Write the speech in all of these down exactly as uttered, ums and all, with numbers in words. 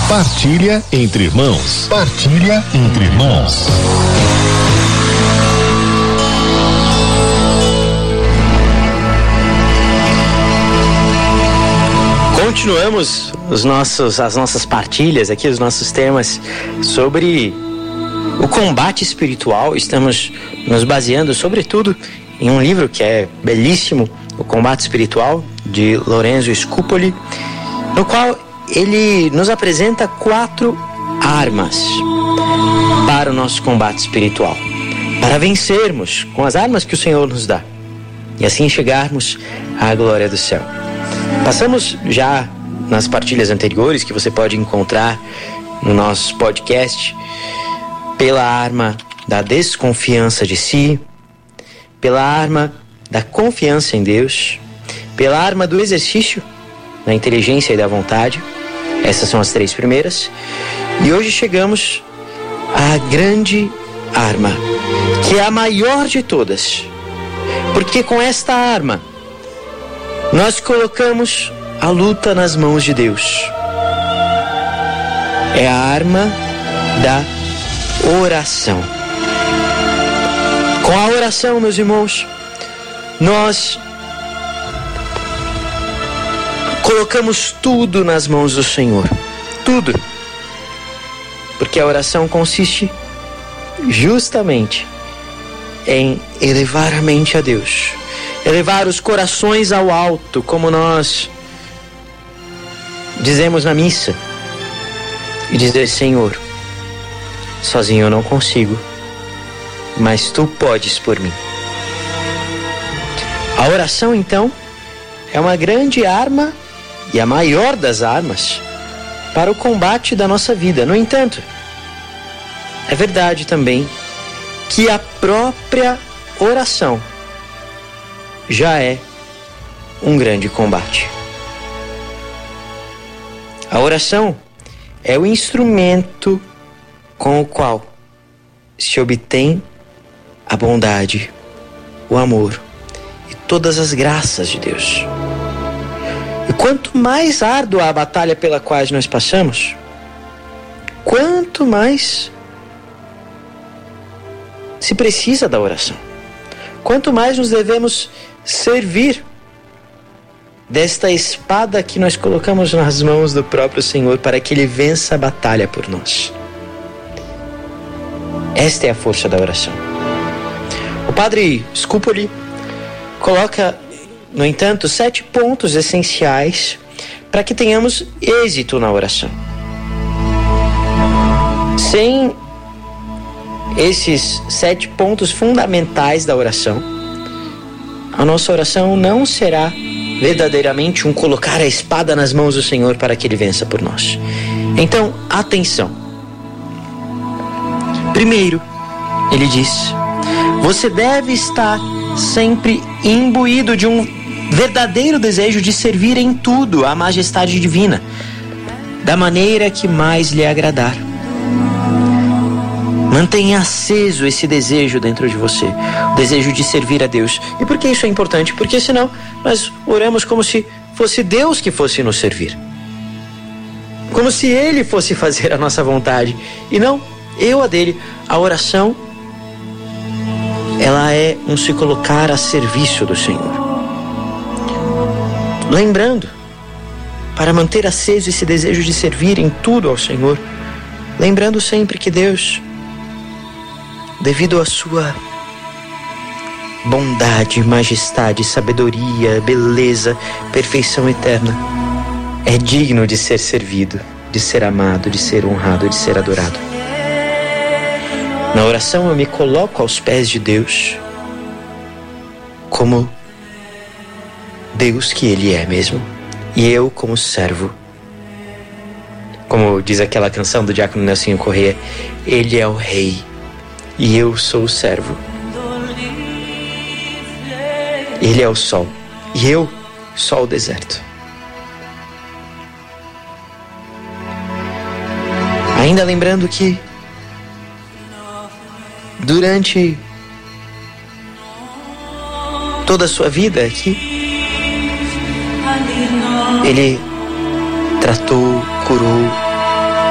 Partilha entre irmãos. Partilha entre irmãos. Continuamos os nossos, as nossas partilhas aqui, os nossos temas sobre o combate espiritual. Estamos nos baseando, sobretudo, em um livro que é belíssimo, O Combate Espiritual, de Lorenzo Scupoli, no qual ele nos apresenta quatro armas para o nosso combate espiritual, para vencermos com as armas que o Senhor nos dá e assim chegarmos à glória do céu. Passamos já nas partilhas anteriores, que você pode encontrar no nosso podcast, pela arma da desconfiança de si, pela arma da confiança em Deus, pela arma do exercício da inteligência e da vontade. Essas são as três primeiras. E hoje chegamos à grande arma, que é a maior de todas, porque com esta arma nós colocamos a luta nas mãos de Deus. É a arma da oração. Com a oração, meus irmãos, nós colocamos tudo nas mãos do Senhor. Tudo. Porque a oração consiste justamente em elevar a mente a Deus, elevar os corações ao alto, como nós dizemos na missa, e dizer: Senhor, sozinho eu não consigo, mas Tu podes por mim. A oração, então, é uma grande arma e a maior das armas para o combate da nossa vida. No entanto, é verdade também que a própria oração já é um grande combate. A oração é o instrumento com o qual se obtém a bondade, o amor e todas as graças de Deus. E quanto mais árdua a batalha pela qual nós passamos, quanto mais se precisa da oração, quanto mais nos devemos servir desta espada que nós colocamos nas mãos do próprio Senhor para que Ele vença a batalha por nós. Esta é a força da oração. O padre Scupoli coloca, no entanto, sete pontos essenciais para que tenhamos êxito na oração. Sem esses sete pontos fundamentais da oração, a nossa oração não será verdadeiramente um colocar a espada nas mãos do Senhor para que Ele vença por nós. Então, atenção. Primeiro, ele diz: você deve estar sempre imbuído de um verdadeiro desejo de servir em tudo à majestade divina, da maneira que mais lhe agradar. Mantenha aceso esse desejo dentro de você, o desejo de servir a Deus. E por que isso é importante? Porque senão nós oramos como se fosse Deus que fosse nos servir, como se Ele fosse fazer a nossa vontade e não eu a dele. A oração, ela é um se colocar a serviço do Senhor. Lembrando, para manter aceso esse desejo de servir em tudo ao Senhor, lembrando sempre que Deus, devido à sua bondade, majestade, sabedoria, beleza, perfeição eterna, é digno de ser servido, de ser amado, de ser honrado, de ser adorado. Na oração eu me coloco aos pés de Deus como Deus que Ele é mesmo, e eu como servo. Como diz aquela canção do Diácono Nelsinho Corrêa, Ele é o Rei e eu sou o servo. Ele é o sol e eu só o deserto. Ainda lembrando que durante toda a sua vida aqui, Ele tratou, curou,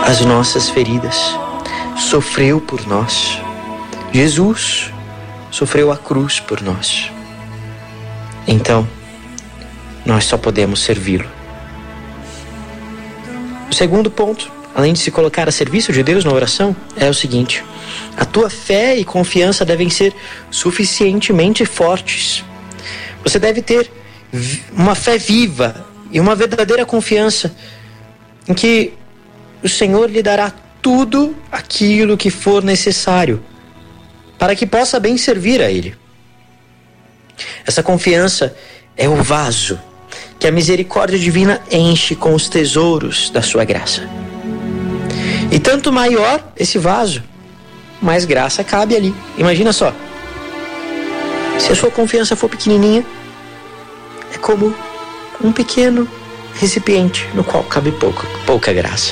as nossas feridas, sofreu por nós. Jesus sofreu a cruz por nós. Então, nós só podemos servi-lo. O segundo ponto, além de se colocar a serviço de Deus na oração, é o seguinte: a tua fé e confiança devem ser suficientemente fortes. Você deve ter uma fé viva e uma verdadeira confiança em que o Senhor lhe dará tudo aquilo que for necessário para que possa bem servir a Ele. Essa confiança é o vaso que a misericórdia divina enche com os tesouros da sua graça. E tanto maior esse vaso, mais graça cabe ali. Imagina só, se a sua confiança for pequenininha, é como um pequeno recipiente no qual cabe pouco, pouca graça.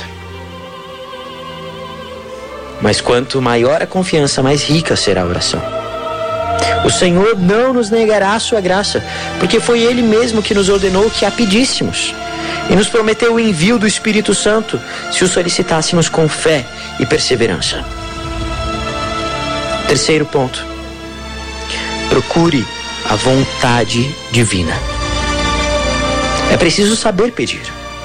Mas quanto maior a confiança, mais rica será a oração. O Senhor não nos negará a sua graça, porque foi Ele mesmo que nos ordenou que a pedíssemos e nos prometeu o envio do Espírito Santo se o solicitássemos com fé e perseverança. Terceiro ponto: procure a vontade divina. É preciso saber pedir.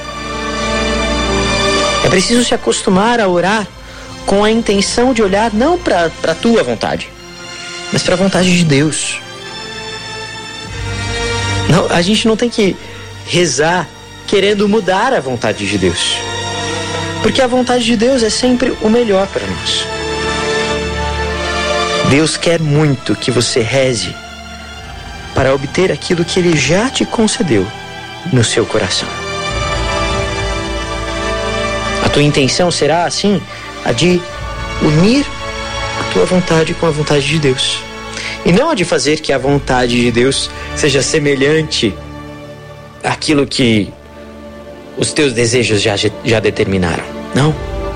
É preciso se acostumar a orar com a intenção de olhar não para a tua vontade, mas para a vontade de Deus. Não, a gente não tem que rezar querendo mudar a vontade de Deus, porque a vontade de Deus é sempre o melhor para nós. Deus quer muito que você reze para obter aquilo que Ele já te concedeu no seu coração. A tua intenção será, assim, a de unir a tua vontade com a vontade de Deus, e não a de fazer que a vontade de Deus seja semelhante àquilo que os teus desejos já, já determinaram. Não.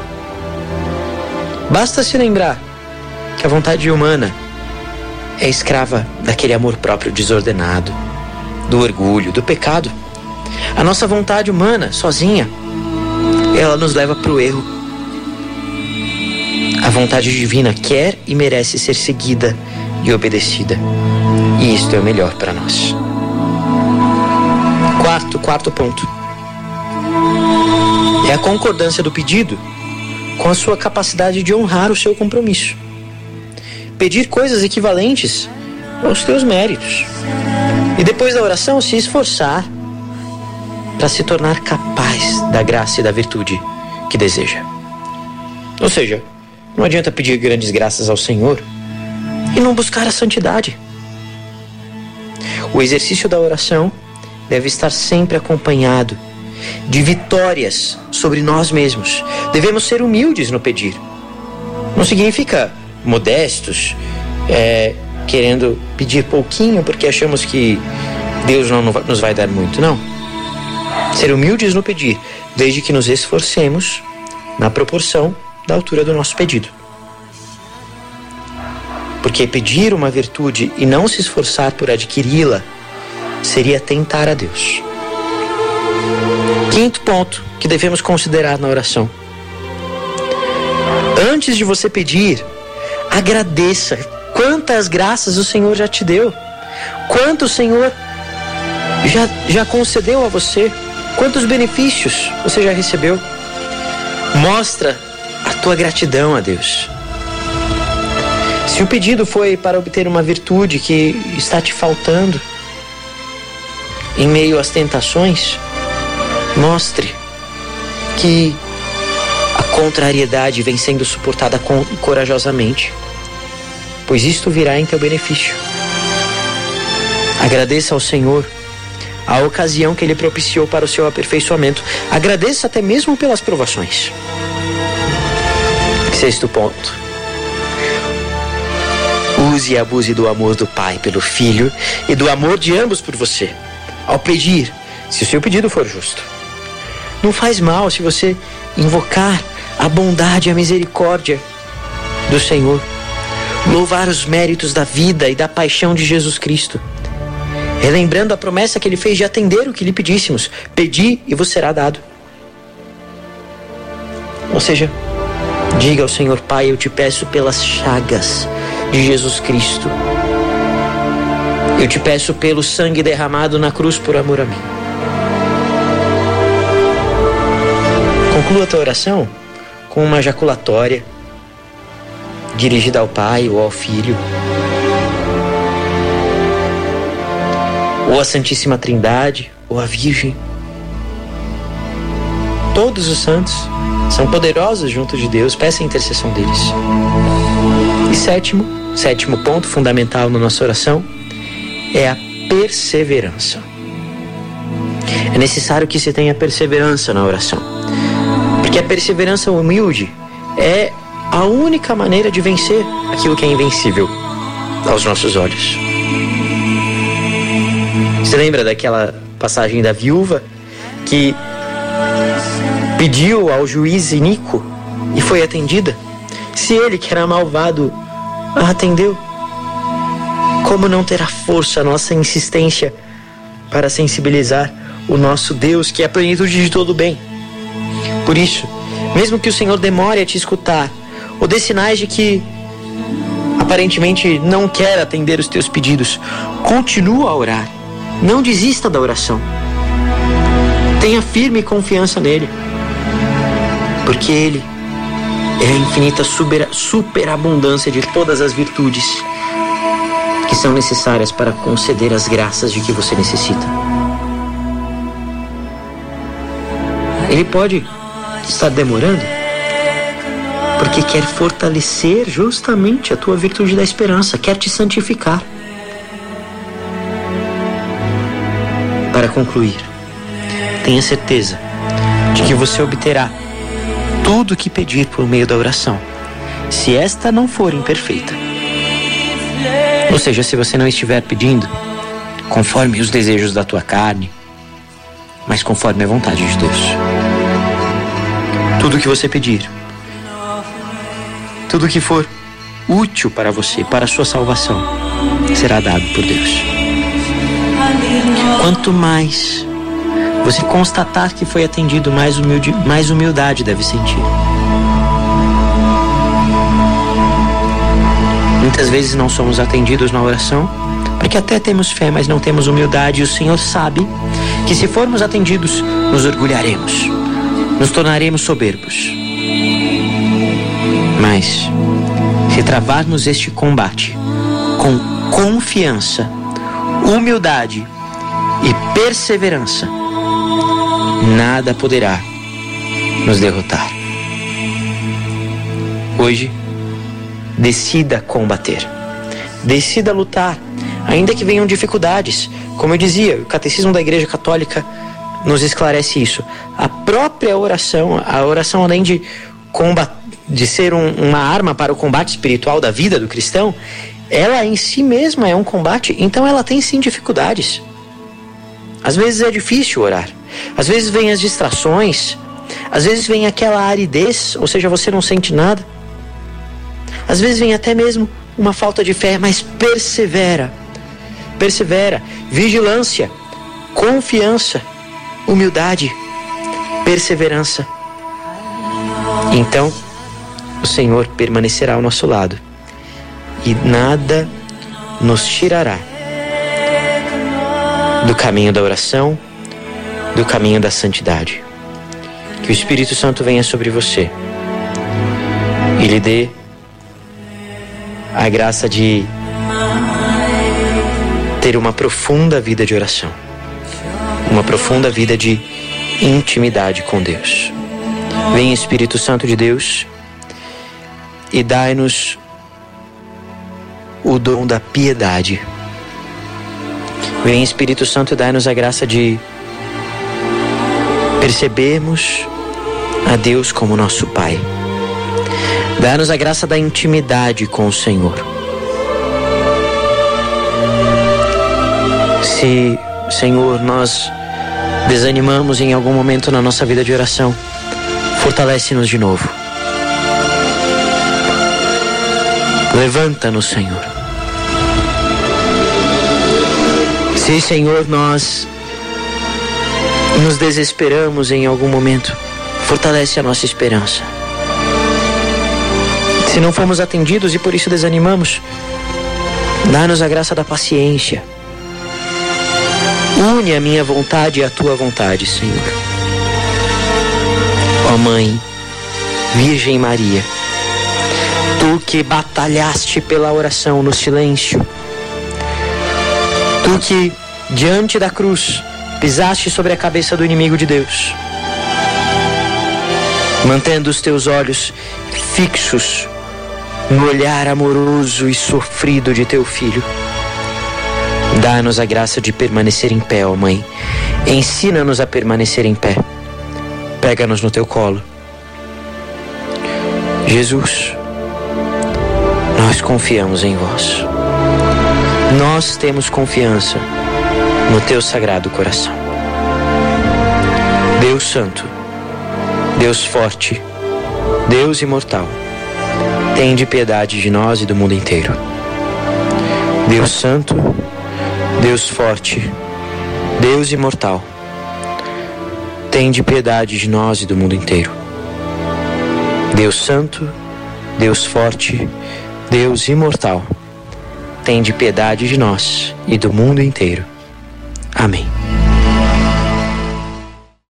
Basta se lembrar que a vontade humana é escrava daquele amor próprio desordenado, do orgulho, do pecado. A nossa vontade humana, sozinha, ela nos leva para o erro. A vontade divina quer e merece ser seguida e obedecida. E isto é o melhor para nós. Quarto, quarto ponto. É a concordância do pedido com a sua capacidade de honrar o seu compromisso. Pedir coisas equivalentes aos teus méritos. E depois da oração, se esforçar para se tornar capaz da graça e da virtude que deseja. Ou seja, não adianta pedir grandes graças ao Senhor e não buscar a santidade. O exercício da oração deve estar sempre acompanhado de vitórias sobre nós mesmos. Devemos ser humildes no pedir. Não significa modestos, é, querendo pedir pouquinho porque achamos que Deus não nos vai dar muito. Não. Ser humildes no pedir, desde que nos esforcemos na proporção da altura do nosso pedido. Porque pedir uma virtude e não se esforçar por adquiri-la seria tentar a Deus. Quinto ponto que devemos considerar na oração: antes de você pedir, agradeça quantas graças o Senhor já te deu, quanto o Senhor já, já concedeu a você, quantos benefícios você já recebeu. Mostra a tua gratidão a Deus. Se o pedido foi para obter uma virtude que está te faltando em meio às tentações, mostre que a contrariedade vem sendo suportada corajosamente, pois isto virá em teu benefício. Agradeça ao Senhor a ocasião que Ele propiciou para o seu aperfeiçoamento. Agradeça até mesmo pelas provações. Sexto ponto: use e abuse do amor do Pai pelo Filho e do amor de ambos por você, ao pedir, se o seu pedido for justo. Não faz mal se você invocar a bondade e a misericórdia do Senhor, louvar os méritos da vida e da paixão de Jesus Cristo, relembrando a promessa que Ele fez de atender o que lhe pedíssemos. Pedi e vos será dado. Ou seja, diga ao Senhor: Pai, eu te peço pelas chagas de Jesus Cristo. Eu te peço pelo sangue derramado na cruz por amor a mim. Conclua a tua oração com uma jaculatória dirigida ao Pai ou ao Filho, ou à Santíssima Trindade, ou à Virgem. Todos os santos são poderosos junto de Deus, peça a intercessão deles. E sétimo, sétimo ponto fundamental na nossa oração é a perseverança. É necessário que se tenha perseverança na oração, porque a perseverança humilde é a única maneira de vencer aquilo que é invencível aos nossos olhos. Você lembra daquela passagem da viúva que pediu ao juiz iníquo e foi atendida? Se ele, que era malvado, a atendeu, como não terá força a nossa insistência para sensibilizar o nosso Deus, que é a plenitude de todo o bem? Por isso, mesmo que o Senhor demore a te escutar, ou dê sinais de que aparentemente não quer atender os teus pedidos, continua a orar. Não desista da oração. Tenha firme confiança nele, porque ele é a infinita super, superabundância de todas as virtudes que são necessárias para conceder as graças de que você necessita. Ele pode estar demorando porque quer fortalecer justamente a tua virtude da esperança, quer te santificar. Para concluir, tenha certeza de que você obterá tudo o que pedir por meio da oração, se esta não for imperfeita. Ou seja, se você não estiver pedindo conforme os desejos da tua carne, mas conforme a vontade de Deus. Tudo o que você pedir, tudo o que for útil para você, para a sua salvação, será dado por Deus. Quanto mais você constatar que foi atendido, mais, humilde, mais humildade deve sentir. Muitas vezes não somos atendidos na oração, porque até temos fé, mas não temos humildade. E o Senhor sabe que se formos atendidos, nos orgulharemos, nos tornaremos soberbos. Mas, se travarmos este combate com confiança, humildade e perseverança, nada poderá nos derrotar. Hoje, decida combater, decida lutar, ainda que venham dificuldades. Como eu dizia, o Catecismo da Igreja Católica nos esclarece isso. A própria oração, a oração, além de, combat, de ser um, uma arma para o combate espiritual da vida do cristão, ela em si mesma é um combate, então ela tem sim dificuldades. Às vezes é difícil orar, às vezes vem as distrações, às vezes vem aquela aridez, ou seja, você não sente nada. Às vezes vem até mesmo uma falta de fé, mas persevera, persevera, vigilância, confiança, humildade, perseverança. Então, o Senhor permanecerá ao nosso lado e nada nos tirará do caminho da oração, do caminho da santidade. Que o Espírito Santo venha sobre você e lhe dê a graça de ter uma profunda vida de oração, uma profunda vida de intimidade com Deus. Vem, Espírito Santo de Deus, e dai-nos o dom da piedade. Vem, Espírito Santo, e dai-nos a graça de percebermos a Deus como nosso Pai. Dá-nos a graça da intimidade com o Senhor. Se, Senhor, nós desanimamos em algum momento na nossa vida de oração, fortalece-nos de novo. Levanta-nos, Senhor. Se, Senhor, nós nos desesperamos em algum momento, Fortalece a nossa esperança. Se não fomos atendidos e por isso desanimamos, dá-nos a graça da paciência. Une a minha vontade à tua vontade, Senhor. Ó Mãe, Virgem Maria, tu que batalhaste pela oração no silêncio, tu que, diante da cruz, pisaste sobre a cabeça do inimigo de Deus, mantendo os teus olhos fixos no olhar amoroso e sofrido de teu Filho, dá-nos a graça de permanecer em pé, ó Mãe. Ensina-nos a permanecer em pé. Pega-nos no teu colo. Jesus, nós confiamos em vós. Nós temos confiança no teu sagrado coração. Deus Santo, Deus forte, Deus imortal, tende piedade de nós e do mundo inteiro. Deus Santo, Deus forte, Deus imortal, tende piedade de nós e do mundo inteiro. Deus Santo, Deus forte, Deus imortal, tende piedade de nós e do mundo inteiro. Amém.